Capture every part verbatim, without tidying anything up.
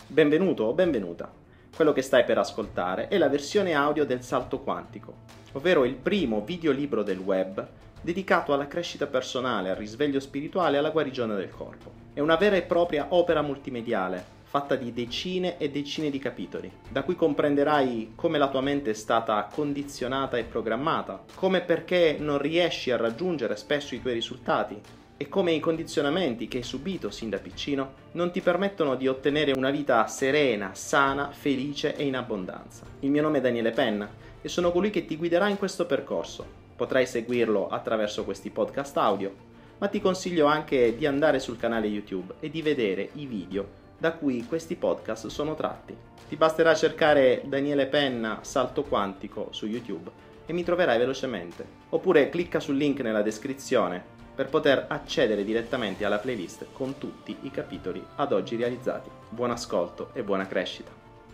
Benvenuto o benvenuta. Quello che stai per ascoltare è la versione audio del Salto Quantico, ovvero il primo videolibro del web dedicato alla crescita personale, al risveglio spirituale e alla guarigione del corpo. È una vera e propria opera multimediale, fatta di decine e decine di capitoli, da cui comprenderai come la tua mente è stata condizionata e programmata, come e perché non riesci a raggiungere spesso i tuoi risultati, e come i condizionamenti che hai subito sin da piccino non ti permettono di ottenere una vita serena, sana, felice e in abbondanza. Il mio nome è Daniele Penna e sono colui che ti guiderà in questo percorso. Potrai seguirlo attraverso questi podcast audio, ma ti consiglio anche di andare sul canale YouTube e di vedere i video da cui questi podcast sono tratti. Ti basterà cercare Daniele Penna Salto Quantico su YouTube e mi troverai velocemente. Oppure clicca sul link nella descrizione per poter accedere direttamente alla playlist con tutti i capitoli ad oggi realizzati. Buon ascolto e buona crescita!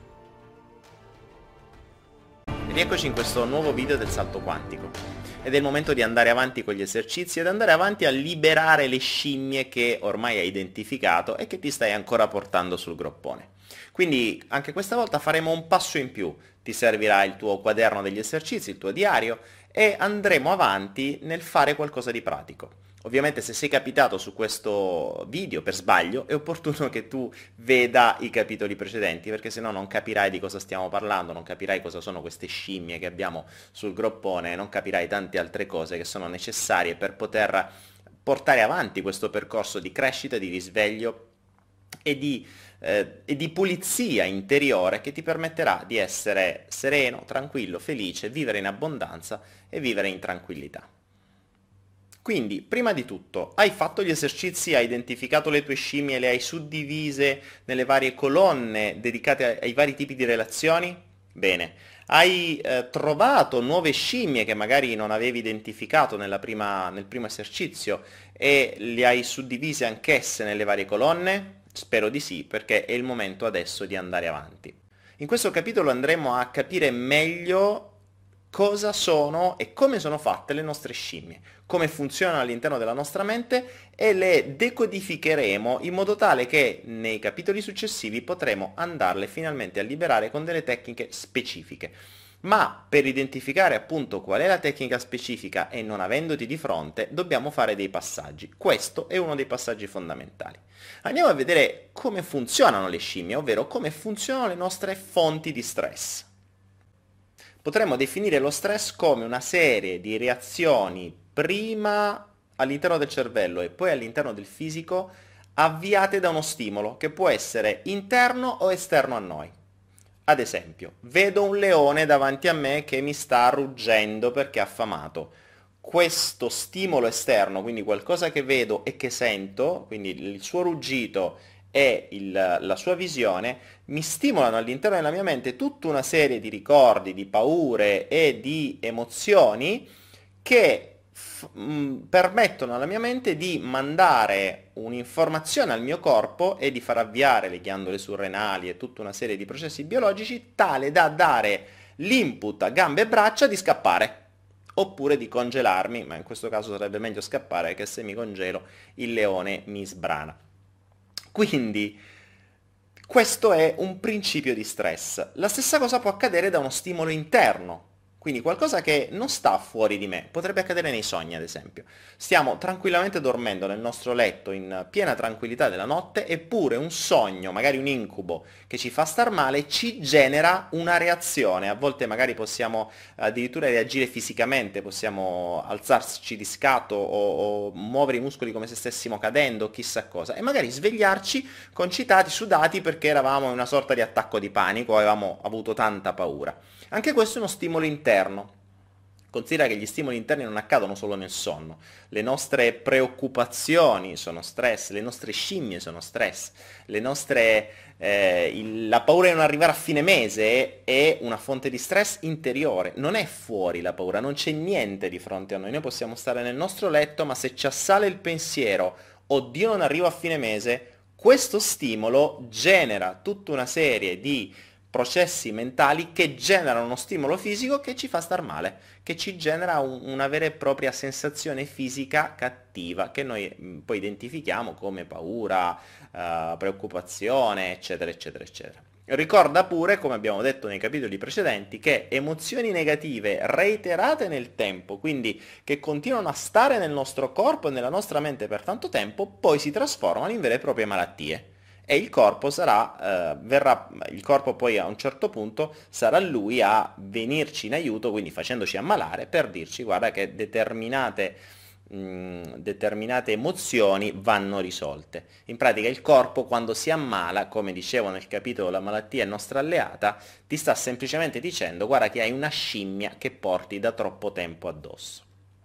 Rieccoci in questo nuovo video del Salto Quantico. Ed è il momento di andare avanti con gli esercizi ed andare avanti a liberare le scimmie che ormai hai identificato e che ti stai ancora portando sul groppone. Quindi anche questa volta faremo un passo in più. Ti servirà il tuo quaderno degli esercizi, il tuo diario, e andremo avanti nel fare qualcosa di pratico. Ovviamente se sei capitato su questo video per sbaglio è opportuno che tu veda i capitoli precedenti, perché sennò non capirai di cosa stiamo parlando, non capirai cosa sono queste scimmie che abbiamo sul groppone, non capirai tante altre cose che sono necessarie per poter portare avanti questo percorso di crescita, di risveglio e di, eh, e di pulizia interiore che ti permetterà di essere sereno, tranquillo, felice, vivere in abbondanza e vivere in tranquillità. Quindi, prima di tutto, hai fatto gli esercizi, hai identificato le tue scimmie, le hai suddivise nelle varie colonne dedicate ai vari tipi di relazioni? Bene. Hai eh, trovato nuove scimmie che magari non avevi identificato nella prima, nel primo esercizio e le hai suddivise anch'esse nelle varie colonne? Spero di sì, perché è il momento adesso di andare avanti. In questo capitolo andremo a capire meglio cosa sono e come sono fatte le nostre scimmie, come funzionano all'interno della nostra mente e le decodificheremo in modo tale che nei capitoli successivi potremo andarle finalmente a liberare con delle tecniche specifiche. Ma per identificare appunto qual è la tecnica specifica e non avendoti di fronte, dobbiamo fare dei passaggi. Questo è uno dei passaggi fondamentali. Andiamo a vedere come funzionano le scimmie, ovvero come funzionano le nostre fonti di stress. Potremmo definire lo stress come una serie di reazioni prima all'interno del cervello e poi all'interno del fisico avviate da uno stimolo che può essere interno o esterno a noi. Ad esempio, vedo un leone davanti a me che mi sta ruggendo perché è affamato. Questo stimolo esterno, quindi qualcosa che vedo e che sento, quindi il suo ruggito e il, la sua visione, mi stimolano all'interno della mia mente tutta una serie di ricordi, di paure e di emozioni che f- mh, permettono alla mia mente di mandare un'informazione al mio corpo e di far avviare le ghiandole surrenali e tutta una serie di processi biologici tale da dare l'input a gambe e braccia di scappare oppure di congelarmi, ma in questo caso sarebbe meglio scappare perché se mi congelo il leone mi sbrana. Quindi questo è un principio di stress. La stessa cosa può accadere da uno stimolo interno, quindi qualcosa che non sta fuori di me. Potrebbe accadere nei sogni, ad esempio. Stiamo tranquillamente dormendo nel nostro letto in piena tranquillità della notte, eppure un sogno, magari un incubo, che ci fa star male, ci genera una reazione. A volte magari possiamo addirittura reagire fisicamente, possiamo alzarci di scatto o, o muovere i muscoli come se stessimo cadendo, chissà cosa, e magari svegliarci concitati, sudati perché eravamo in una sorta di attacco di panico, avevamo avuto tanta paura. Anche questo è uno stimolo interno. Considera che gli stimoli interni non accadono solo nel sonno. Le nostre preoccupazioni sono stress, le nostre scimmie sono stress, le nostre, eh, il, la paura di non arrivare a fine mese è una fonte di stress interiore. Non è fuori la paura, non c'è niente di fronte a noi. Noi possiamo stare nel nostro letto, ma se ci assale il pensiero, oddio non arrivo a fine mese, questo stimolo genera tutta una serie di processi mentali che generano uno stimolo fisico che ci fa star male, che ci genera un, una vera e propria sensazione fisica cattiva, che noi mh, poi identifichiamo come paura, eh, preoccupazione, eccetera, eccetera, eccetera. Ricorda pure, come abbiamo detto nei capitoli precedenti, che emozioni negative reiterate nel tempo, quindi che continuano a stare nel nostro corpo e nella nostra mente per tanto tempo, poi si trasformano in vere e proprie malattie. E il corpo sarà, eh, verrà, il corpo poi a un certo punto sarà lui a venirci in aiuto, quindi facendoci ammalare, per dirci guarda che determinate mh, determinate emozioni vanno risolte. In pratica il corpo quando si ammala, come dicevo nel capitolo La malattia è nostra alleata, ti sta semplicemente dicendo guarda che hai una scimmia che porti da troppo tempo addosso.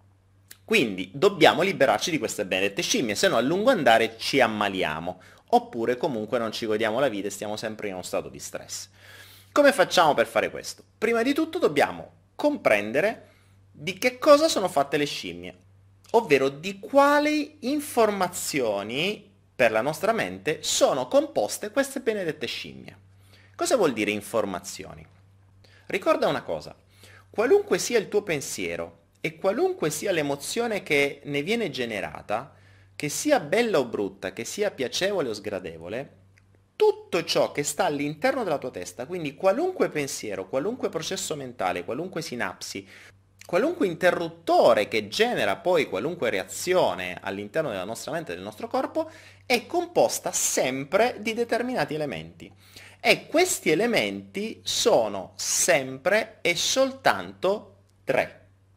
Quindi dobbiamo liberarci di queste benedette scimmie, se no a lungo andare ci ammaliamo, oppure comunque non ci godiamo la vita e stiamo sempre in uno stato di stress. Come facciamo per fare questo? Prima di tutto dobbiamo comprendere di che cosa sono fatte le scimmie, ovvero di quali informazioni per la nostra mente sono composte queste benedette scimmie. Cosa vuol dire informazioni? Ricorda una cosa, qualunque sia il tuo pensiero e qualunque sia l'emozione che ne viene generata, che sia bella o brutta, che sia piacevole o sgradevole, tutto ciò che sta all'interno della tua testa, quindi qualunque pensiero, qualunque processo mentale, qualunque sinapsi, qualunque interruttore che genera poi qualunque reazione all'interno della nostra mente e del nostro corpo, è composta sempre di determinati elementi. E questi elementi sono sempre e soltanto tre.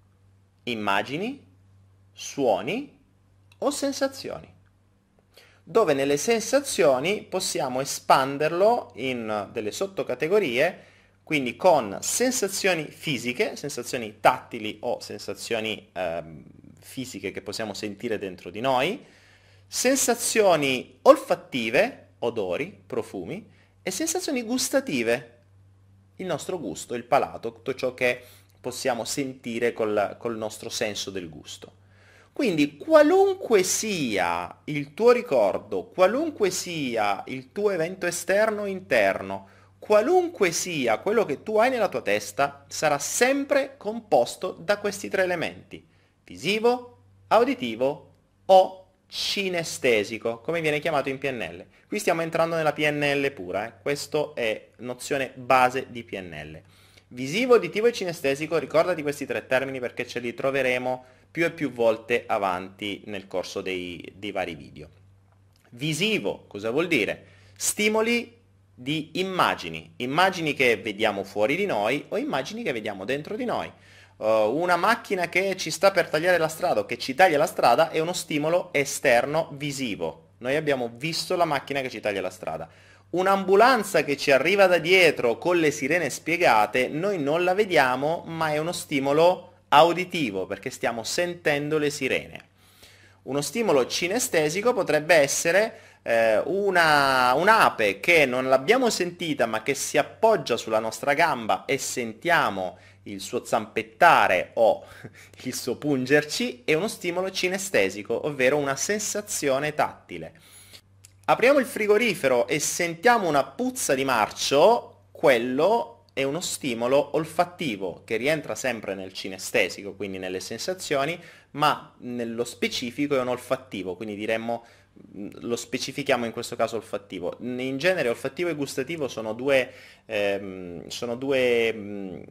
Immagini, suoni o sensazioni, dove nelle sensazioni possiamo espanderlo in delle sottocategorie, quindi con sensazioni fisiche, sensazioni tattili o sensazioni ehm, fisiche che possiamo sentire dentro di noi, sensazioni olfattive, odori, profumi, e sensazioni gustative, il nostro gusto, il palato, tutto ciò che possiamo sentire col, col nostro senso del gusto. Quindi qualunque sia il tuo ricordo, qualunque sia il tuo evento esterno o interno, qualunque sia quello che tu hai nella tua testa, sarà sempre composto da questi tre elementi: visivo, auditivo o cinestesico, come viene chiamato in P N L. Qui stiamo entrando nella P N L pura, eh? Questo è nozione base di P N L. Visivo, uditivo e cinestesico, ricordati questi tre termini perché ce li troveremo più e più volte avanti nel corso dei, dei vari video. Visivo, cosa vuol dire? Stimoli di immagini, immagini che vediamo fuori di noi o immagini che vediamo dentro di noi. Uh, una macchina che ci sta per tagliare la strada o che ci taglia la strada è uno stimolo esterno visivo. Noi abbiamo visto la macchina che ci taglia la strada. Un'ambulanza che ci arriva da dietro con le sirene spiegate, noi non la vediamo, ma è uno stimolo auditivo perché stiamo sentendo le sirene. Uno stimolo cinestesico potrebbe essere eh, una, un'ape che non l'abbiamo sentita ma che si appoggia sulla nostra gamba e sentiamo il suo zampettare o il suo pungerci, è uno stimolo cinestesico, ovvero una sensazione tattile. Apriamo il frigorifero e sentiamo una puzza di marcio, quello è uno stimolo olfattivo che rientra sempre nel cinestesico, quindi nelle sensazioni, ma nello specifico è un olfattivo, quindi diremmo, lo specifichiamo in questo caso olfattivo. In genere olfattivo e gustativo sono due, ehm, sono due mh,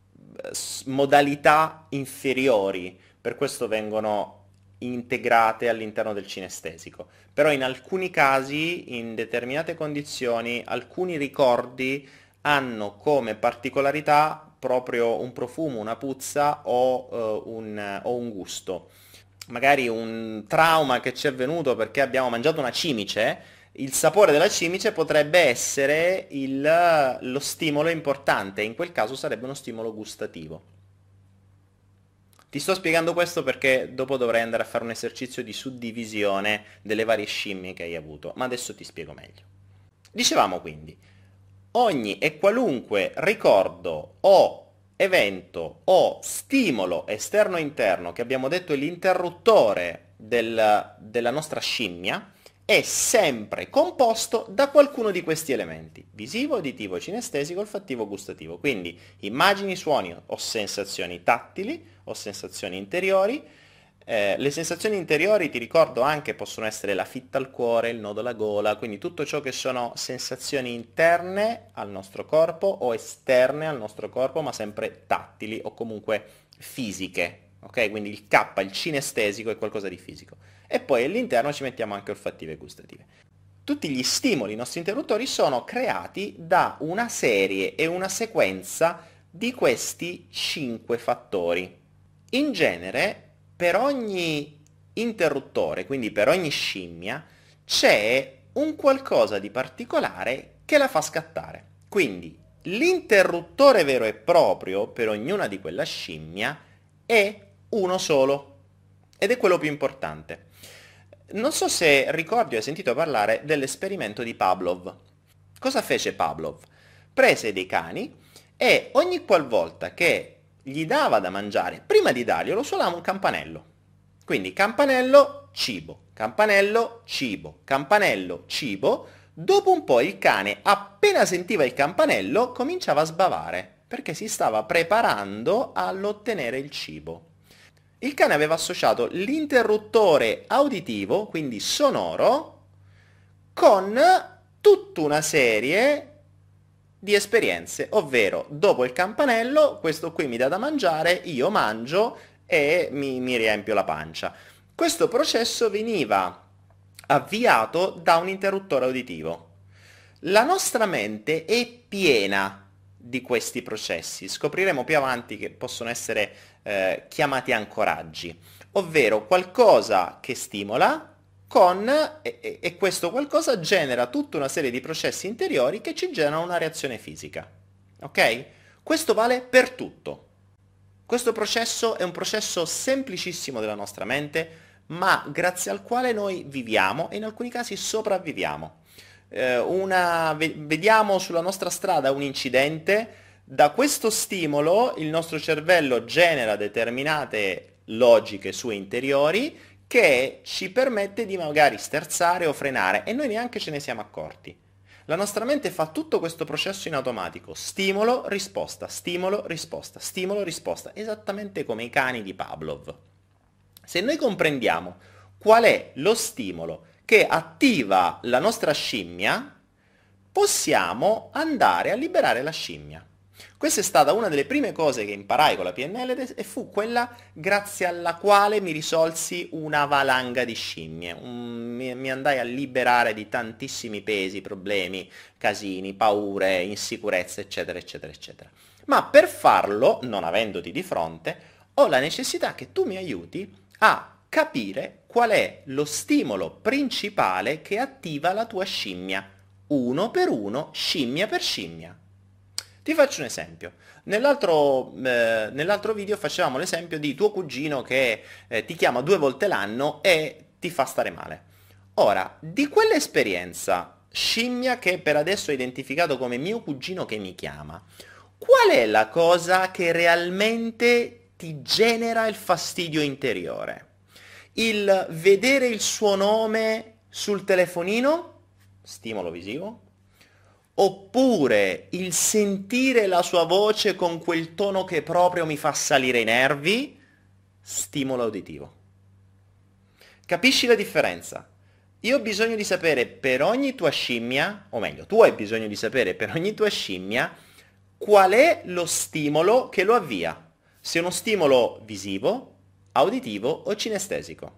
modalità inferiori, per questo vengono integrate all'interno del cinestesico. Però in alcuni casi, in determinate condizioni, alcuni ricordi hanno come particolarità proprio un profumo, una puzza o, uh, un, o un gusto. Magari un trauma che ci è venuto perché abbiamo mangiato una cimice, il sapore della cimice potrebbe essere il, lo stimolo importante, in quel caso sarebbe uno stimolo gustativo. Ti sto spiegando questo perché dopo dovrai andare a fare un esercizio di suddivisione delle varie scimmie che hai avuto, ma adesso ti spiego meglio. Dicevamo quindi, ogni e qualunque ricordo o evento o stimolo esterno-interno che abbiamo detto è l'interruttore del, della nostra scimmia, è sempre composto da qualcuno di questi elementi: visivo, uditivo, cinestesico, olfattivo, gustativo. Quindi immagini, suoni o sensazioni tattili o sensazioni interiori. Eh, le sensazioni interiori, ti ricordo anche, possono essere la fitta al cuore, il nodo alla gola, quindi tutto ciò che sono sensazioni interne al nostro corpo o esterne al nostro corpo, ma sempre tattili o comunque fisiche. Ok? Quindi il K, il cinestesico, è qualcosa di fisico. E poi all'interno ci mettiamo anche olfattive e gustative. Tutti gli stimoli, i nostri interruttori, sono creati da una serie e una sequenza di questi cinque fattori. In genere, per ogni interruttore, quindi per ogni scimmia, c'è un qualcosa di particolare che la fa scattare. Quindi l'interruttore vero e proprio per ognuna di quella scimmia è uno solo, ed è quello più importante. Non so se ricordi o hai sentito parlare dell'esperimento di Pavlov. Cosa fece Pavlov? Prese dei cani e ogni qualvolta che gli dava da mangiare, prima di darglielo suonava un campanello. Quindi campanello, cibo, campanello, cibo, campanello, cibo. Dopo un po' il cane, appena sentiva il campanello, cominciava a sbavare, perché si stava preparando all'ottenere il cibo. Il cane aveva associato l'interruttore uditivo, quindi sonoro, con tutta una serie di esperienze, ovvero dopo il campanello questo qui mi dà da mangiare, io mangio e mi, mi riempio la pancia. Questo processo veniva avviato da un interruttore uditivo. La nostra mente è piena di questi processi, scopriremo più avanti che possono essere eh, chiamati ancoraggi, ovvero qualcosa che stimola con, e, e questo qualcosa genera tutta una serie di processi interiori che ci generano una reazione fisica. Ok? Questo vale per tutto. Questo processo è un processo semplicissimo della nostra mente, ma grazie al quale noi viviamo e in alcuni casi sopravviviamo. Eh, una, vediamo sulla nostra strada un incidente, da questo stimolo il nostro cervello genera determinate logiche sue interiori che ci permette di magari sterzare o frenare e noi neanche ce ne siamo accorti. La nostra mente fa tutto questo processo in automatico: stimolo, risposta, stimolo, risposta, stimolo, risposta, esattamente come i cani di Pavlov. Se noi comprendiamo qual è lo stimolo che attiva la nostra scimmia, possiamo andare a liberare la scimmia. Questa è stata una delle prime cose che imparai con la P N L e fu quella grazie alla quale mi risolsi una valanga di scimmie. Un, mi, mi andai a liberare di tantissimi pesi, problemi, casini, paure, insicurezze, eccetera, eccetera, eccetera. Ma per farlo, non avendoti di fronte, ho la necessità che tu mi aiuti a capire qual è lo stimolo principale che attiva la tua scimmia, uno per uno, scimmia per scimmia. Ti faccio un esempio. Nell'altro, eh, nell'altro video facevamo l'esempio di tuo cugino che eh, ti chiama due volte l'anno e ti fa stare male. Ora, di quell'esperienza scimmia che per adesso ho identificato come mio cugino che mi chiama, qual è la cosa che realmente ti genera il fastidio interiore? Il vedere il suo nome sul telefonino, stimolo visivo, oppure il sentire la sua voce con quel tono che proprio mi fa salire i nervi, stimolo uditivo. Capisci la differenza? Io ho bisogno di sapere per ogni tua scimmia, o meglio, tu hai bisogno di sapere per ogni tua scimmia qual è lo stimolo che lo avvia. Se è uno stimolo visivo, uditivo o cinestesico.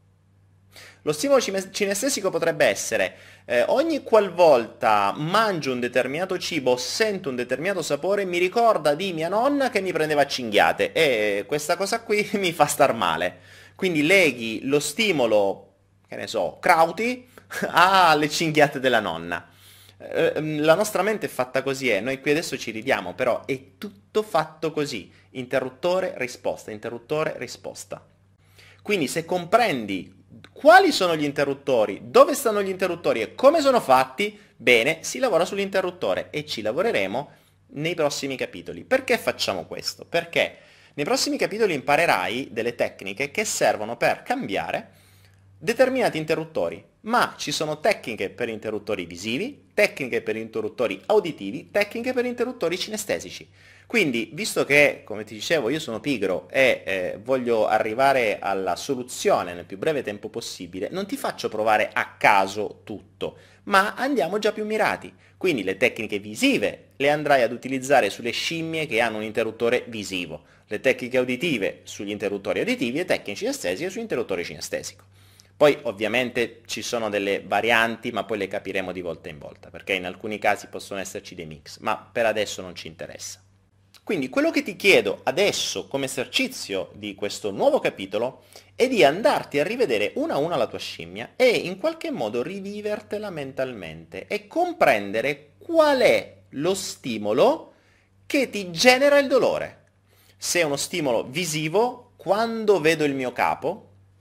Lo stimolo cinestesico potrebbe essere eh, ogni qualvolta mangio un determinato cibo o sento un determinato sapore mi ricorda di mia nonna che mi prendeva a cinghiate e questa cosa qui mi fa star male. Quindi leghi lo stimolo, che ne so, Krauti, alle cinghiate della nonna. Eh, la nostra mente è fatta così, e noi qui adesso ci ridiamo, però è tutto fatto così. Interruttore, risposta, interruttore, risposta. Quindi se comprendi quali sono gli interruttori, dove stanno gli interruttori e come sono fatti, bene, si lavora sull'interruttore e ci lavoreremo nei prossimi capitoli. Perché facciamo questo? Perché nei prossimi capitoli imparerai delle tecniche che servono per cambiare determinati interruttori, ma ci sono tecniche per interruttori visivi, tecniche per interruttori auditivi, tecniche per interruttori cinestesici. Quindi, visto che, come ti dicevo, io sono pigro e eh, voglio arrivare alla soluzione nel più breve tempo possibile, non ti faccio provare a caso tutto, ma andiamo già più mirati. Quindi le tecniche visive le andrai ad utilizzare sulle scimmie che hanno un interruttore visivo, le tecniche uditive sugli interruttori uditivi e tecniche cinestesiche sull'interruttore cinestesico. Poi ovviamente ci sono delle varianti, ma poi le capiremo di volta in volta, perché in alcuni casi possono esserci dei mix, ma per adesso non ci interessa. Quindi quello che ti chiedo adesso come esercizio di questo nuovo capitolo è di andarti a rivedere una a una la tua scimmia e in qualche modo rivivertela mentalmente e comprendere qual è lo stimolo che ti genera il dolore. Se è uno stimolo visivo, quando vedo il mio capo,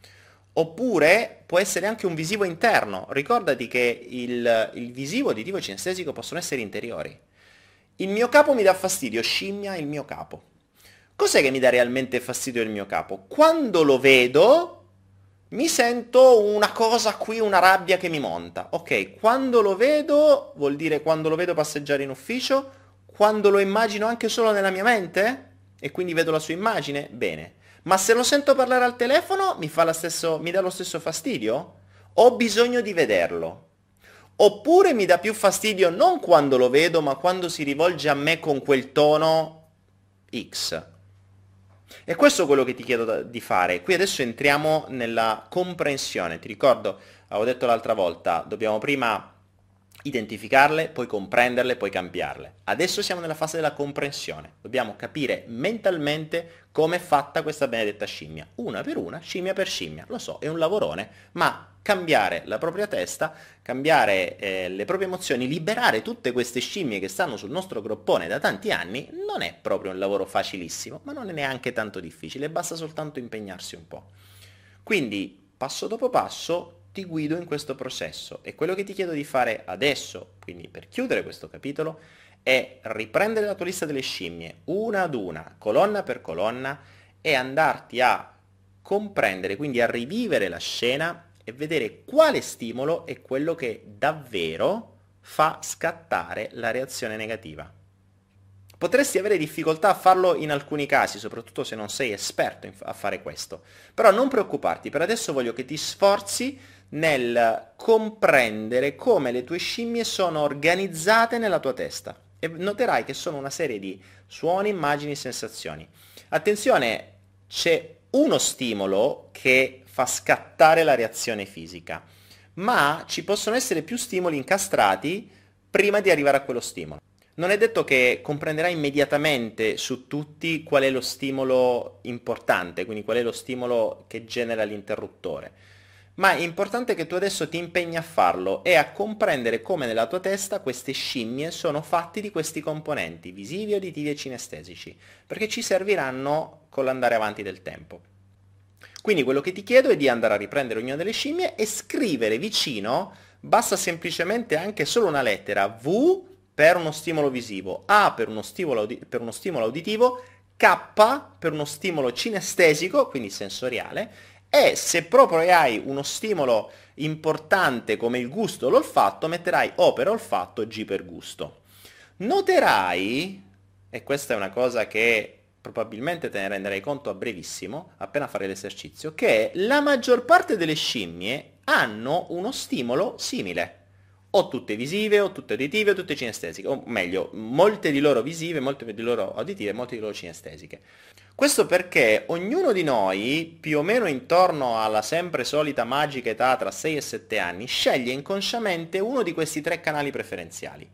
oppure può essere anche un visivo interno. Ricordati che il, il visivo, uditivo e cinestesico possono essere interiori. Il mio capo mi dà fastidio, scimmia il mio capo. Cos'è che mi dà realmente fastidio il mio capo? Quando lo vedo, mi sento una cosa qui, una rabbia che mi monta. Ok, quando lo vedo, vuol dire quando lo vedo passeggiare in ufficio, quando lo immagino anche solo nella mia mente, e quindi vedo la sua immagine, bene. Ma se lo sento parlare al telefono, mi fa la stesso, mi dà lo stesso fastidio? Ho bisogno di vederlo. Oppure mi dà più fastidio non quando lo vedo, ma quando si rivolge a me con quel tono X. E questo è quello che ti chiedo di fare. Qui adesso entriamo nella comprensione. Ti ricordo, avevo detto l'altra volta, dobbiamo prima identificarle, poi comprenderle, poi cambiarle. Adesso siamo nella fase della comprensione. Dobbiamo capire mentalmente come è fatta questa benedetta scimmia. Una per una, scimmia per scimmia. Lo so, è un lavorone, ma cambiare la propria testa, cambiare eh, le proprie emozioni, liberare tutte queste scimmie che stanno sul nostro groppone da tanti anni, non è proprio un lavoro facilissimo, ma non è neanche tanto difficile, basta soltanto impegnarsi un po'. Quindi, passo dopo passo, ti guido in questo processo e quello che ti chiedo di fare adesso, quindi per chiudere questo capitolo, è riprendere la tua lista delle scimmie una ad una, colonna per colonna, e andarti a comprendere, quindi a rivivere la scena e vedere quale stimolo è quello che davvero fa scattare la reazione negativa. Potresti avere difficoltà a farlo in alcuni casi, soprattutto se non sei esperto a fare questo. Però non preoccuparti, per adesso voglio che ti sforzi nel comprendere come le tue scimmie sono organizzate nella tua testa. E noterai che sono una serie di suoni, immagini, sensazioni. Attenzione, c'è uno stimolo che fa scattare la reazione fisica, ma ci possono essere più stimoli incastrati prima di arrivare a quello stimolo. Non è detto che comprenderai immediatamente su tutti qual è lo stimolo importante, quindi qual è lo stimolo che genera l'interruttore, ma è importante che tu adesso ti impegni a farlo e a comprendere come nella tua testa queste scimmie sono fatti di questi componenti, visivi, uditivi e cinestesici, perché ci serviranno con l'andare avanti del tempo. Quindi quello che ti chiedo è di andare a riprendere ognuna delle scimmie e scrivere vicino, basta semplicemente anche solo una lettera, V per uno stimolo visivo, A per uno stimolo, audi- per uno stimolo uditivo, K per uno stimolo cinestesico, quindi sensoriale, e se proprio hai uno stimolo importante come il gusto o l'olfatto, metterai O per olfatto, G per gusto. Noterai, e questa è una cosa che probabilmente te ne renderai conto a brevissimo, appena fare l'esercizio, che la maggior parte delle scimmie hanno uno stimolo simile. O tutte visive, o tutte uditive, o tutte cinestesiche, o meglio, molte di loro visive, molte di loro uditive, molte di loro cinestesiche. Questo perché ognuno di noi, più o meno intorno alla sempre solita magica età tra sei e sette anni, sceglie inconsciamente uno di questi tre canali preferenziali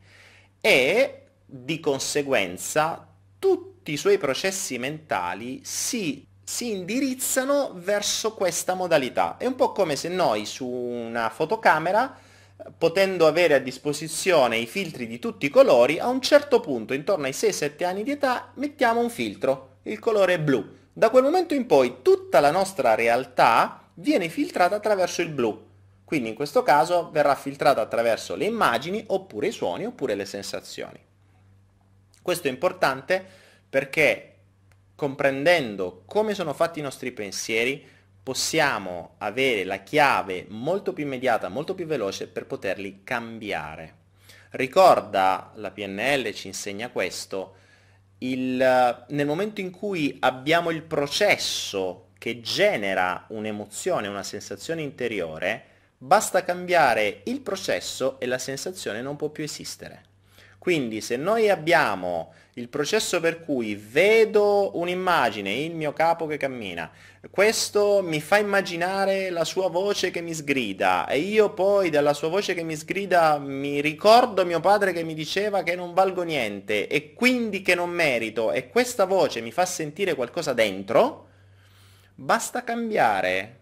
e, di conseguenza, tutti i suoi processi mentali si, si indirizzano verso questa modalità. È un po' come se noi su una fotocamera, potendo avere a disposizione i filtri di tutti i colori, a un certo punto, intorno ai sei sette anni di età, mettiamo un filtro, il colore blu. Da quel momento in poi tutta la nostra realtà viene filtrata attraverso il blu. Quindi in questo caso verrà filtrata attraverso le immagini, oppure i suoni, oppure le sensazioni. Questo è importante perché comprendendo come sono fatti i nostri pensieri, possiamo avere la chiave molto più immediata, molto più veloce per poterli cambiare. Ricorda, la P N L ci insegna questo, il, nel momento in cui abbiamo il processo che genera un'emozione, una sensazione interiore, basta cambiare il processo e la sensazione non può più esistere. Quindi se noi abbiamo il processo per cui vedo un'immagine, il mio capo che cammina, questo mi fa immaginare la sua voce che mi sgrida e io poi dalla sua voce che mi sgrida mi ricordo mio padre che mi diceva che non valgo niente e quindi che non merito e questa voce mi fa sentire qualcosa dentro, basta cambiare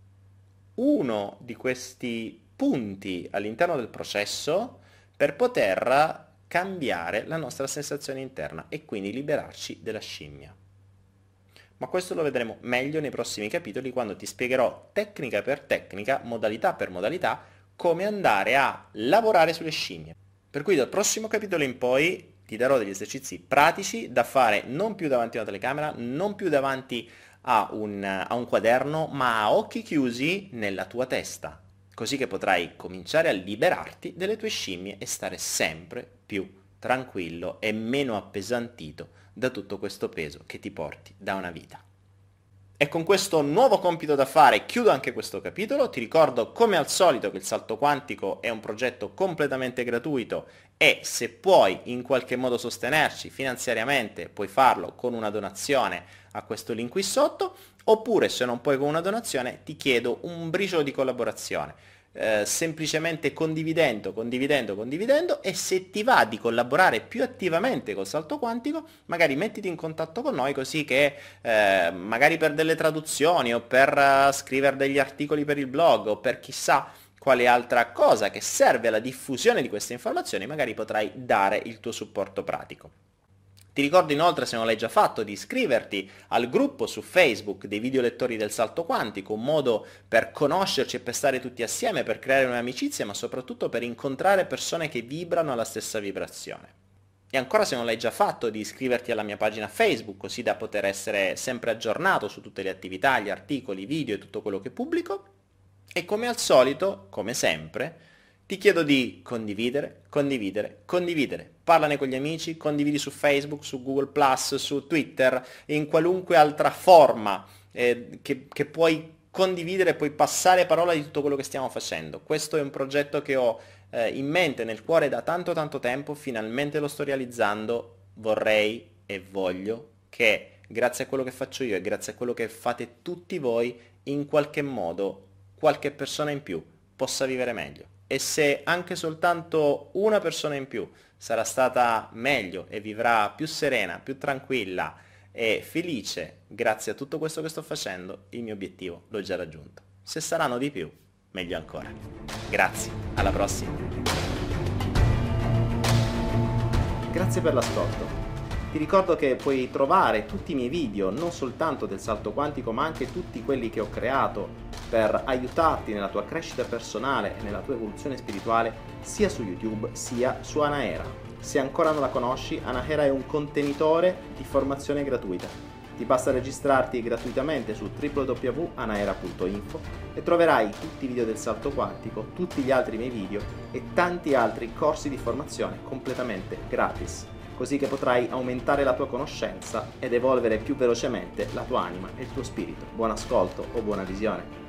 uno di questi punti all'interno del processo per poter cambiare la nostra sensazione interna e quindi liberarci della scimmia. Ma questo lo vedremo meglio nei prossimi capitoli quando ti spiegherò tecnica per tecnica, modalità per modalità, come andare a lavorare sulle scimmie. Per cui dal prossimo capitolo in poi ti darò degli esercizi pratici da fare non più davanti a una telecamera, non più davanti a un, a un quaderno, ma a occhi chiusi nella tua testa, così che potrai cominciare a liberarti delle tue scimmie e stare sempre più tranquillo e meno appesantito da tutto questo peso che ti porti da una vita. E con questo nuovo compito da fare chiudo anche questo capitolo. Ti ricordo come al solito che il Salto Quantico è un progetto completamente gratuito e se puoi in qualche modo sostenerci finanziariamente puoi farlo con una donazione a questo link qui sotto, oppure se non puoi con una donazione ti chiedo un briciolo di collaborazione. Eh, semplicemente condividendo, condividendo, condividendo e se ti va di collaborare più attivamente col Salto Quantico, magari mettiti in contatto con noi così che eh, magari per delle traduzioni o per uh, scrivere degli articoli per il blog o per chissà quale altra cosa che serve alla diffusione di queste informazioni, magari potrai dare il tuo supporto pratico. Ti ricordo inoltre, se non l'hai già fatto, di iscriverti al gruppo su Facebook dei videolettori del Salto Quantico, un modo per conoscerci e per stare tutti assieme, per creare nuove amicizie, ma soprattutto per incontrare persone che vibrano alla stessa vibrazione. E ancora, se non l'hai già fatto, di iscriverti alla mia pagina Facebook, così da poter essere sempre aggiornato su tutte le attività, gli articoli, i video e tutto quello che pubblico. E come al solito, come sempre, ti chiedo di condividere, condividere, condividere. Parlane con gli amici, condividi su Facebook, su Google plus, su Twitter, in qualunque altra forma eh, che, che puoi condividere, puoi passare parola di tutto quello che stiamo facendo. Questo è un progetto che ho eh, in mente, nel cuore da tanto tanto tempo, finalmente lo sto realizzando. Vorrei e voglio che grazie a quello che faccio io e grazie a quello che fate tutti voi, in qualche modo qualche persona in più possa vivere meglio. E se anche soltanto una persona in più sarà stata meglio e vivrà più serena, più tranquilla e felice grazie a tutto questo che sto facendo, il mio obiettivo l'ho già raggiunto. Se saranno di più, meglio ancora. Grazie, alla prossima. Grazie per l'ascolto. Ti ricordo che puoi trovare tutti i miei video, non soltanto del Salto Quantico, ma anche tutti quelli che ho creato per aiutarti nella tua crescita personale e nella tua evoluzione spirituale, sia su YouTube sia su Anahera. Se ancora non la conosci, Anahera è un contenitore di formazione gratuita. Ti basta registrarti gratuitamente su w w w punto anahera punto info e troverai tutti i video del Salto Quantico, tutti gli altri miei video e tanti altri corsi di formazione completamente gratis, così che potrai aumentare la tua conoscenza ed evolvere più velocemente la tua anima e il tuo spirito. Buon ascolto o buona visione.